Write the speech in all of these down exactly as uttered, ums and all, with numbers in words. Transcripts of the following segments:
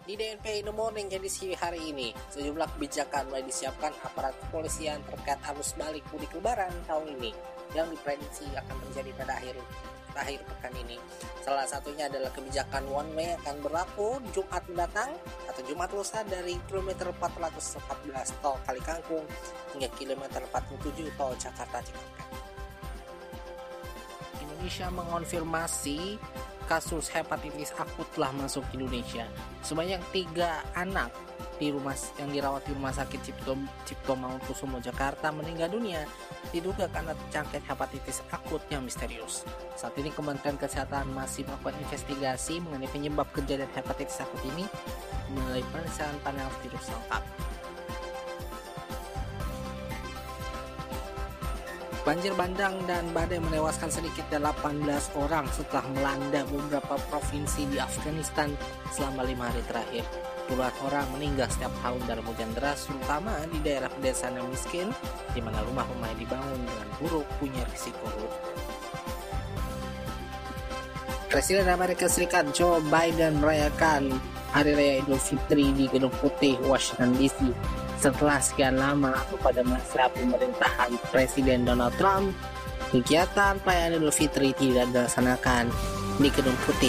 Di D N P in the Morning edisi hari ini, sejumlah kebijakan mulai disiapkan aparat kepolisian terkait arus balik mudik lebaran tahun ini yang diprediksi akan terjadi pada akhir akhir pekan ini. Salah satunya adalah kebijakan one way akan berlaku Jumat mendatang atau Jumat lusa dari kilometer empat ratus empat belas tol Kalikangkung hingga kilometer empat puluh tujuh tol Jakarta Cikampek. Indonesia mengonfirmasi kasus hepatitis akut telah masuk ke Indonesia. Sebanyak tiga anak di rumah yang dirawat di Rumah Sakit Cipto, Cipto Mangunkusumo Jakarta meninggal dunia diduga karena terjangkit hepatitis akut yang misterius. Saat ini Kementerian Kesehatan masih melakukan investigasi mengenai penyebab kejadian hepatitis akut ini melalui pemeriksaan panel virus lengkap. Banjir bandang dan badai menewaskan sedikit delapan belas orang setelah melanda beberapa provinsi di Afghanistan selama lima hari terakhir. Puluhan orang meninggal setiap tahun dalam hujan deras, terutama di daerah pedesaan yang miskin, di mana rumah-rumah yang dibangun dengan buruk punya risiko runtuh. Presiden Amerika Serikat Joe Biden merayakan Hari Raya Idul Fitri di Gedung Putih, Washington D C. Setelah sekian lama atau pada masa pemerintahan Presiden Donald Trump, kegiatan perayaan Idul Fitri tidak dilaksanakan di Gedung Putih.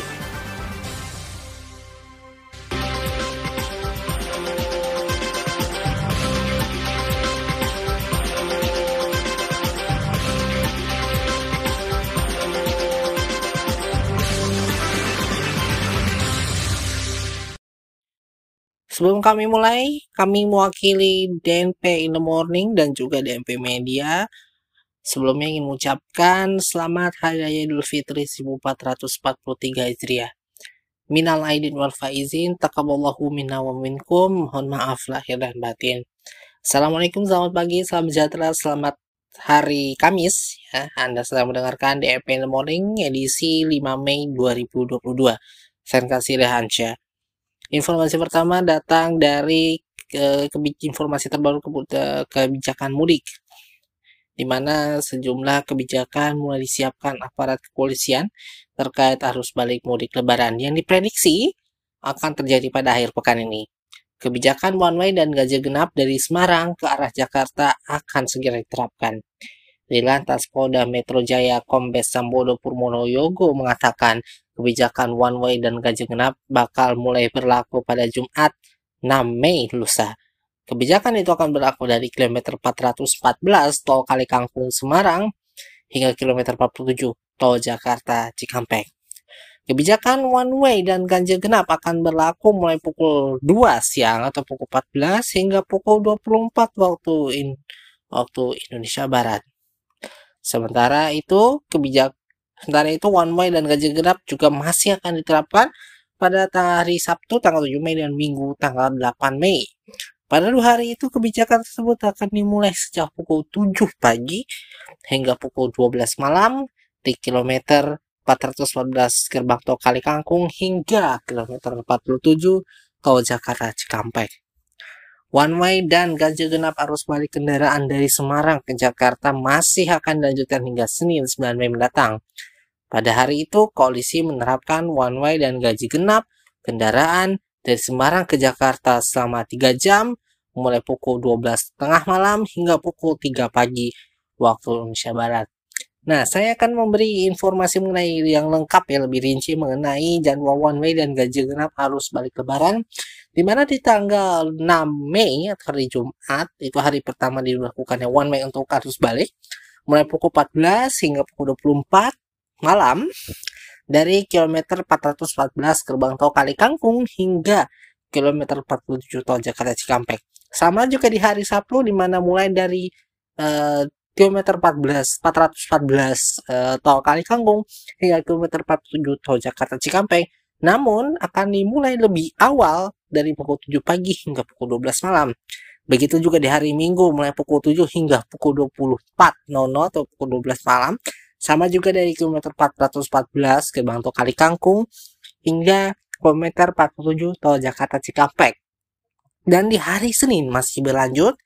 Sebelum kami mulai, kami mewakili D N P in the Morning dan juga D N P Media. Sebelumnya ingin mengucapkan selamat Hari Raya Idul Fitri seribu empat ratus empat puluh tiga Hijriah. Minal aidin wal faizin, taqabbalallahu minna wa minkum. Mohon maaf lahir dan batin. Assalamualaikum, selamat pagi, salam sejahtera, selamat hari Kamis. Ya, Anda sedang mendengarkan D N P in the Morning edisi lima Mei dua ribu dua puluh dua. Saya kasih Rehansyah. Informasi pertama datang dari ke, ke informasi terbaru ke, ke, kebijakan mudik, di mana sejumlah kebijakan mulai disiapkan aparat kepolisian terkait arus balik mudik lebaran yang diprediksi akan terjadi pada akhir pekan ini. Kebijakan one way dan ganjil genap dari Semarang ke arah Jakarta akan segera diterapkan. Di Lantas Polda Metro Jaya Kombes Sambodo Purmono Yogo mengatakan kebijakan one way dan ganjil genap bakal mulai berlaku pada Jumat enam Mei lusa. Kebijakan itu akan berlaku dari kilometer empat ratus empat belas tol Kalikangkung Semarang hingga kilometer empat puluh tujuh tol Jakarta Cikampek. Kebijakan one way dan ganjil genap akan berlaku mulai pukul dua siang atau pukul empat belas hingga pukul dua puluh empat waktu in, waktu Indonesia Barat. Sementara itu, kebijakan Sementara itu, one way dan ganjil genap juga masih akan diterapkan pada hari Sabtu tanggal tujuh Mei dan Minggu tanggal delapan Mei. Pada dua hari itu, kebijakan tersebut akan dimulai sejak pukul tujuh pagi hingga pukul dua belas malam di kilometer empat ratus empat belas gerbang tol Kalikangkung hingga kilometer empat puluh tujuh tol Jakarta Cikampek. One way dan ganjil genap arus balik kendaraan dari Semarang ke Jakarta masih akan dilanjutkan hingga Senin sembilan Mei mendatang. Pada hari itu, koalisi menerapkan one way dan ganjil genap kendaraan dari Semarang ke Jakarta selama tiga jam, mulai pukul dua belas tiga puluh malam hingga pukul tiga pagi waktu Indonesia Barat. Nah, saya akan memberi informasi mengenai yang lengkap ya, lebih rinci mengenai jadwal one way dan ganjil genap arus balik lebaran, di mana di tanggal enam Mei atau hari Jumat, itu hari pertama dilakukannya one way untuk arus balik, mulai pukul empat belas hingga pukul dua puluh empat malam dari kilometer empat ratus empat belas gerbang tol Kalikangkung hingga kilometer empat puluh tujuh tol Jakarta Cikampek. Sama juga di hari Sabtu, di mana mulai dari uh, kilometer empat belas, empat ratus empat belas uh, tol Kalikangkung hingga kilometer empat puluh tujuh tol Jakarta Cikampek, namun akan dimulai lebih awal dari pukul tujuh pagi hingga pukul dua belas malam. Begitu juga di hari Minggu mulai pukul tujuh hingga pukul dua puluh empat atau pukul dua belas malam. Sama juga dari kilometer empat ratus empat belas gerbang tol Kalikangkung hingga kilometer empat puluh tujuh tol Jakarta Cikampek. Dan di hari Senin masih berlanjut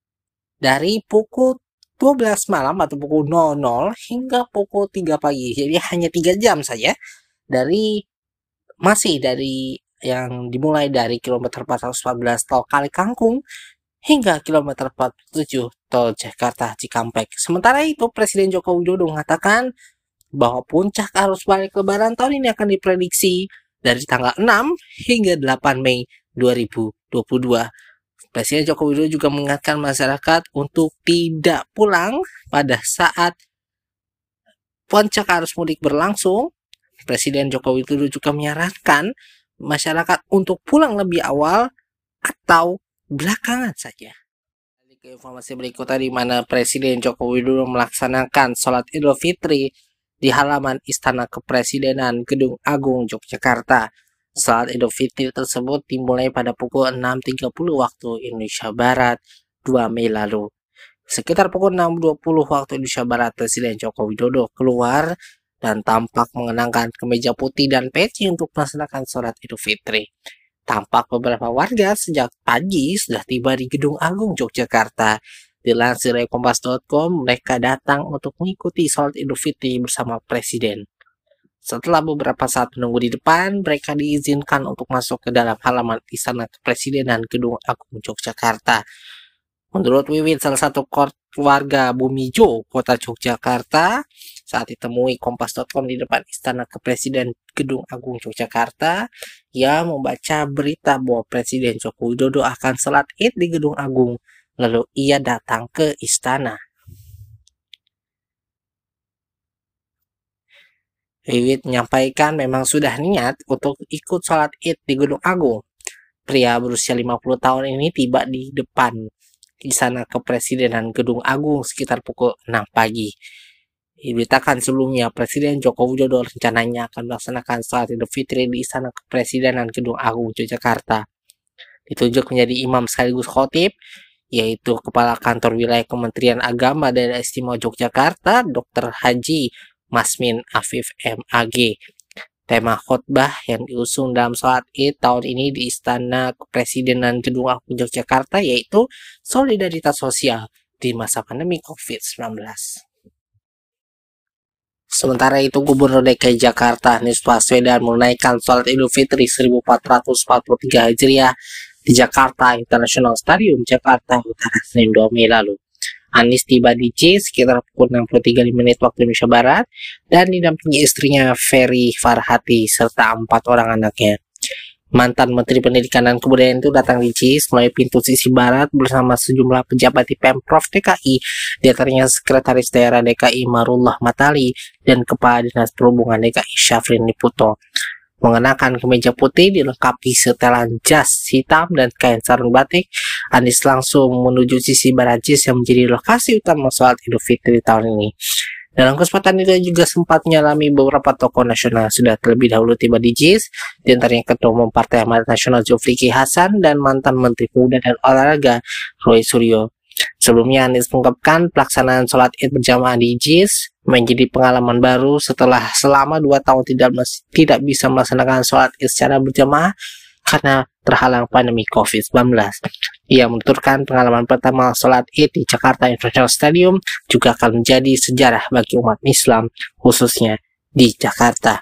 dari pukul dua belas malam atau pukul nol nol hingga pukul tiga pagi. Jadi hanya tiga jam saja dari masih dari yang dimulai dari kilometer empat ratus empat belas tol Kali Kangkung hingga kilometer empat puluh tujuh tol Jakarta Cikampek. Sementara itu, Presiden Joko Widodo mengatakan bahwa puncak arus balik Lebaran tahun ini akan diprediksi dari tanggal enam hingga delapan Mei dua ribu dua puluh dua. Presiden Joko Widodo juga mengingatkan masyarakat untuk tidak pulang pada saat puncak arus mudik berlangsung. Presiden Joko Widodo juga menyarankan masyarakat untuk pulang lebih awal atau belakangan saja. Ke informasi berikutnya, di mana Presiden Joko Widodo melaksanakan sholat Idul Fitri di halaman Istana Kepresidenan Gedung Agung Yogyakarta. Sholat Idul Fitri tersebut dimulai pada pukul enam tiga puluh waktu Indonesia Barat dua Mei lalu. Sekitar pukul enam dua puluh waktu Indonesia Barat, Presiden Joko Widodo keluar dan tampak mengenakan kemeja putih dan peci untuk melaksanakan sholat Idul Fitri. Tampak beberapa warga sejak pagi sudah tiba di Gedung Agung Yogyakarta. Dilansir dari kompas titik com, mereka datang untuk mengikuti sholat Idul Fitri bersama Presiden. Setelah beberapa saat menunggu di depan, mereka diizinkan untuk masuk ke dalam halaman Istana Kepresidenan Gedung Agung Yogyakarta. Menurut Wiwit, salah satu warga Bumijo, Kota Yogyakarta, saat ditemui kompas titik com di depan Istana Kepresidenan Gedung Agung Yogyakarta, ia membaca berita bahwa Presiden Joko Widodo akan sholat Id di Gedung Agung. Lalu ia datang ke istana. Wiwit menyampaikan memang sudah niat untuk ikut sholat Id di Gedung Agung. Pria berusia lima puluh tahun ini tiba di depan Istana Kepresidenan Gedung Agung sekitar pukul enam pagi. Diberitakan sebelumnya, Presiden Joko Widodo rencananya akan melaksanakan sholat Idul Fitri di Istana Kepresidenan Gedung Agung Yogyakarta. Ditunjuk menjadi imam sekaligus khotib, yaitu Kepala Kantor Wilayah Kementerian Agama Daerah Istimewa Yogyakarta, Doktor Haji Masmin Afif M A G. Tema khotbah yang diusung dalam sholat Id tahun ini di Istana Kepresidenan Gedung Agung Yogyakarta yaitu solidaritas sosial di masa pandemi covid sembilan belas. Sementara itu, Gubernur D K I Jakarta Anies Baswedan menunaikan sholat Idul Fitri seribu empat ratus empat puluh tiga Hijriah di Jakarta International Stadium, Jakarta Utara, Senin dua Mei lalu. Anies tiba di J sekitar pukul enam puluh tiga menit waktu Indonesia Barat dan didampingi istrinya Ferry Farhati serta empat orang anaknya. Mantan Menteri Pendidikan dan Kebudayaan itu datang di J melalui pintu sisi barat bersama sejumlah pejabat di Pemprov D K I, di antaranya Sekretaris Daerah D K I Marullah Matali dan Kepala Dinas Perhubungan D K I Syafrin Liputo. Mengenakan kemeja putih dilengkapi setelan jas hitam dan kain sarung batik, Anies langsung menuju sisi barat J yang menjadi lokasi utama sholat Idul Fitri tahun ini. Dalam kesempatan itu juga sempat menyalami beberapa tokoh nasional sudah terlebih dahulu tiba di J I S, di antaranya Ketua Umum Partai Amanat Nasional Zulkifli Hasan dan mantan Menteri Pemuda dan Olahraga Roy Suryo. Sebelumnya, Anies mengungkapkan pelaksanaan sholat Id berjamaah di J I S menjadi pengalaman baru setelah selama dua tahun tidak tidak bisa melaksanakan sholat Id secara berjamaah karena terhalang pandemi covid sembilan belas. Ia menuturkan pengalaman pertama sholat Id di Jakarta International Stadium juga akan menjadi sejarah bagi umat Islam, khususnya di Jakarta.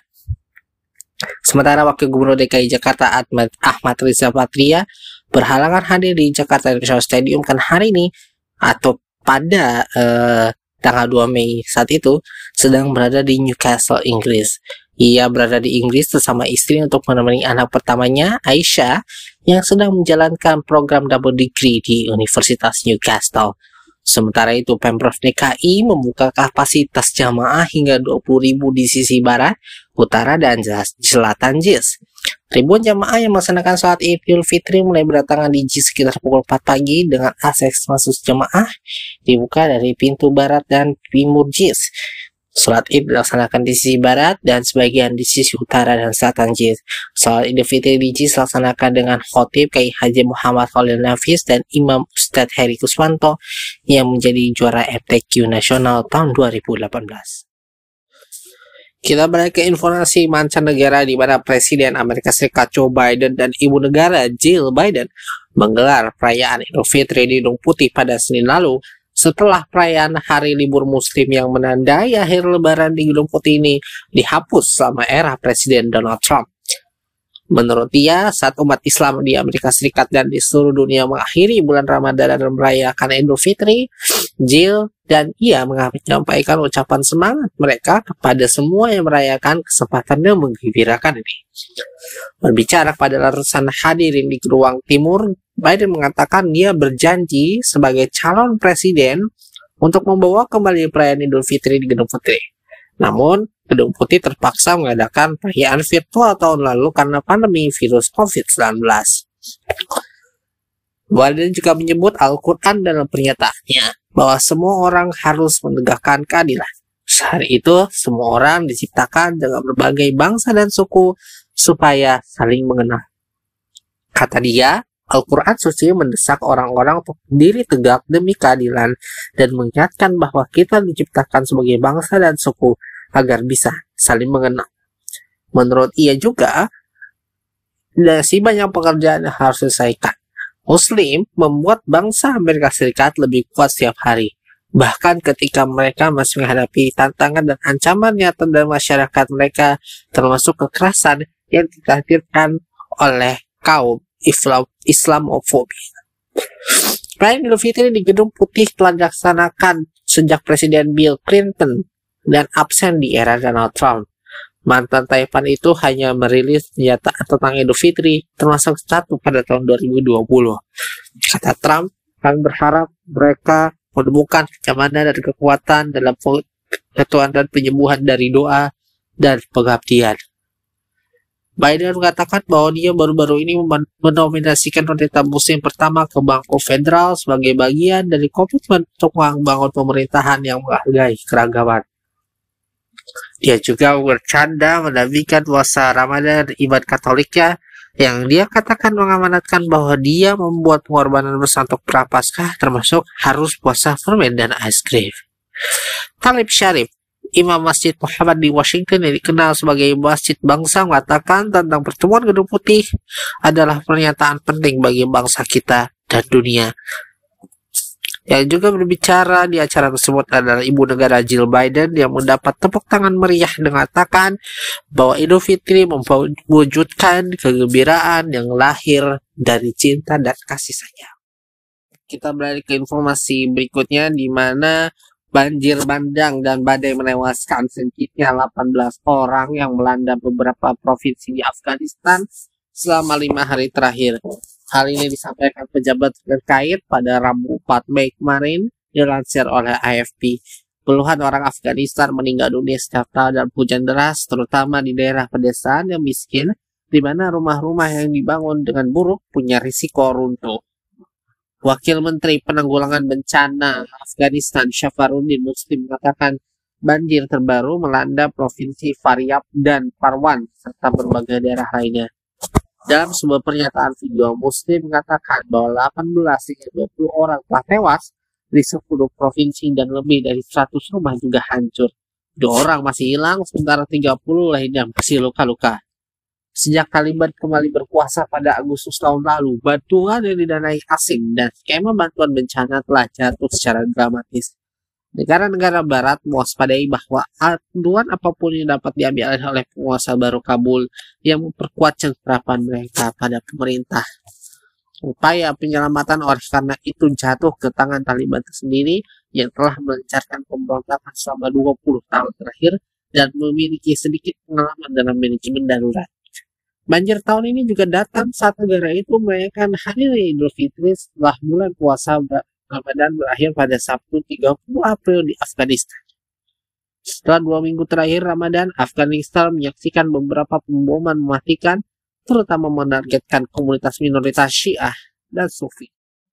Sementara Wakil Gubernur D K I Jakarta Ahmad, Ahmad Riza Patria berhalangan hadir di Jakarta International Stadium kan hari ini atau pada eh, tanggal dua Mei saat itu sedang berada di Newcastle, Inggris. Ia berada di Inggris bersama istri untuk menemani anak pertamanya, Aisyah, yang sedang menjalankan program double degree di Universitas Newcastle. Sementara itu, Pemprov D K I membuka kapasitas jamaah hingga dua puluh ribu di sisi barat, utara, dan selatan J I S. Ribuan jamaah yang melaksanakan sholat Idul Fitri mulai berdatangan di J I S sekitar pukul empat pagi dengan akses masuk jamaah dibuka dari pintu barat dan timur J I S. Sholat Id dilaksanakan di sisi barat dan sebagian di sisi utara dan selatan J I S. Sholat Idul Fitri di J I S dilaksanakan dengan khotib Kiai Haji Muhammad Khalil Nafis dan Imam Ustadz Heri Kuswanto yang menjadi juara M T Q nasional tahun dua ribu delapan belas. Kita balik ke informasi mancanegara di mana Presiden Amerika Serikat Joe Biden dan Ibu Negara Jill Biden menggelar perayaan Idul Fitri di Gedung Putih pada Senin lalu setelah perayaan hari libur Muslim yang menandai akhir Lebaran di Gedung Putih ini dihapus selama era Presiden Donald Trump. Menurut dia, saat umat Islam di Amerika Serikat dan di seluruh dunia mengakhiri bulan Ramadan dan merayakan Idul Fitri, Jill dan ia menyampaikan ucapan semangat mereka kepada semua yang merayakan kesempatan yang menggembirakan ini. Berbicara pada ratusan hadirin di Ruang Timur, Biden mengatakan dia berjanji sebagai calon presiden untuk membawa kembali perayaan Idul Fitri di Gedung Putih. Namun, Gedung Putih terpaksa mengadakan perayaan virtual tahun lalu karena pandemi virus covid sembilan belas. Biden juga menyebut Al-Quran dalam pernyataannya bahwa semua orang harus menegakkan keadilan. Sehari itu, semua orang diciptakan dengan berbagai bangsa dan suku supaya saling mengenal. Kata dia, Al-Quran suci mendesak orang-orang untuk berdiri tegak demi keadilan dan mengingatkan bahwa kita diciptakan sebagai bangsa dan suku agar bisa saling mengenal. Menurut ia juga, masih banyak pekerjaan yang harus diselesaikan. Muslim membuat bangsa Amerika Serikat lebih kuat setiap hari. Bahkan ketika mereka masih menghadapi tantangan dan ancaman nyata dari masyarakat mereka, termasuk kekerasan yang ditakdirkan oleh kaum Islam Islamofobi. Perayaan Idul Fitri di Gedung Putih telah dilaksanakan sejak Presiden Bill Clinton dan absen di era Donald Trump. Mantan Taipan itu hanya merilis senjata tentang Idul Fitri, termasuk satu pada tahun dua ribu dua puluh. Kata Trump, kami berharap mereka menemukan kenyamanan dan kekuatan dalam pengetahuan dan penyembuhan dari doa dan pengabdian. Biden mengatakan bahwa dia baru-baru ini menominasikan pendeta muslim pertama ke Bangku Federal sebagai bagian dari komitmen untuk membangun pemerintahan yang menghargai keragaman. Dia juga bercanda menafikan puasa Ramadan ibadah Katoliknya yang dia katakan mengamanatkan bahwa dia membuat pengorbanan besar untuk prapaskah, termasuk harus puasa permen dan es krim. Talib Syarif, Imam Masjid Muhammad di Washington yang dikenal sebagai Masjid Bangsa, mengatakan tentang pertemuan Gedung Putih adalah pernyataan penting bagi bangsa kita dan dunia. Yang juga berbicara di acara tersebut adalah Ibu Negara Jill Biden yang mendapat tepuk tangan meriah dengan mengatakan bahwa Idul Fitri mewujudkan kegembiraan yang lahir dari cinta dan kasih sayang. Kita beralih ke informasi berikutnya, di mana banjir bandang dan badai menewaskan sedikitnya delapan belas orang yang melanda beberapa provinsi di Afghanistan selama lima hari terakhir. Hal ini disampaikan pejabat terkait pada Rabu empat Mei kemarin, dilansir oleh A F P. Puluhan orang Afghanistan meninggal dunia setiap tahun dalam hujan deras, terutama di daerah pedesaan yang miskin, di mana rumah-rumah yang dibangun dengan buruk punya risiko runtuh. Wakil Menteri Penanggulangan Bencana Afghanistan, Shafaruddin Muslim, mengatakan banjir terbaru melanda provinsi Faryab dan Parwan, serta berbagai daerah lainnya. Dalam sebuah pernyataan video, Muslim mengatakan bahwa delapan belas hingga dua puluh orang telah tewas di sepuluh provinsi dan lebih dari seratus rumah juga hancur. Dua orang masih hilang, sementara tiga puluh lainnya masih luka-luka. Sejak Taliban kembali berkuasa pada Agustus tahun lalu, bantuan yang didanai asing dan skema bantuan bencana telah jatuh secara dramatis. Negara-negara barat mewaspadai bahwa aduan apapun yang dapat diambil oleh penguasa baru Kabul yang memperkuat cengkeraman mereka pada pemerintah. Upaya penyelamatan oleh karena itu jatuh ke tangan Taliban tersendiri yang telah melancarkan pemberontakan selama dua puluh tahun terakhir dan memiliki sedikit pengalaman dalam manajemen darurat. Banjir tahun ini juga datang saat negara itu merayakan Hari Raya Idul Fitri setelah bulan puasa Ramadan berakhir pada Sabtu tiga puluh April di Afghanistan. Setelah dua minggu terakhir Ramadan, Afghanistan menyaksikan beberapa pemboman mematikan, terutama menargetkan komunitas minoritas Syiah dan Sufi.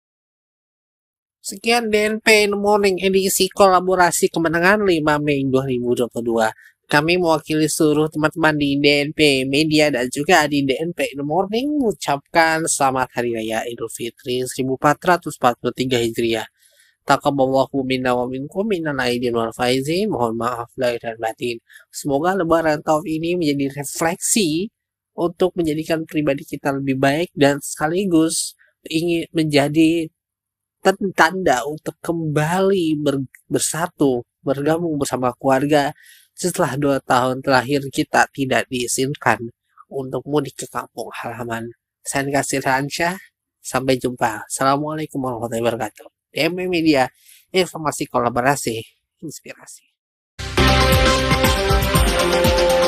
Sekian D N P in the Morning edisi kolaborasi kemenangan lima Mei dua ribu dua puluh dua. Kami mewakili seluruh teman-teman di D N P Media dan juga di D N P in the Morning mengucapkan selamat Hari Raya Idul Fitri seribu empat ratus empat puluh tiga Hijriah. Taqabbalallahu minna wa minkum minal aidin wal faizin. Mohon maaf lahir dan batin. Semoga lebaran tahun ini menjadi refleksi untuk menjadikan pribadi kita lebih baik dan sekaligus ingin menjadi tanda untuk kembali ber, bersatu, bergabung bersama keluarga setelah dua tahun terakhir kita tidak diizinkan untuk mudik ke kampung halaman. Saya Kasir Hansyah, sampai jumpa. Assalamualaikum warahmatullahi wabarakatuh. D M P Media, informasi kolaborasi, inspirasi.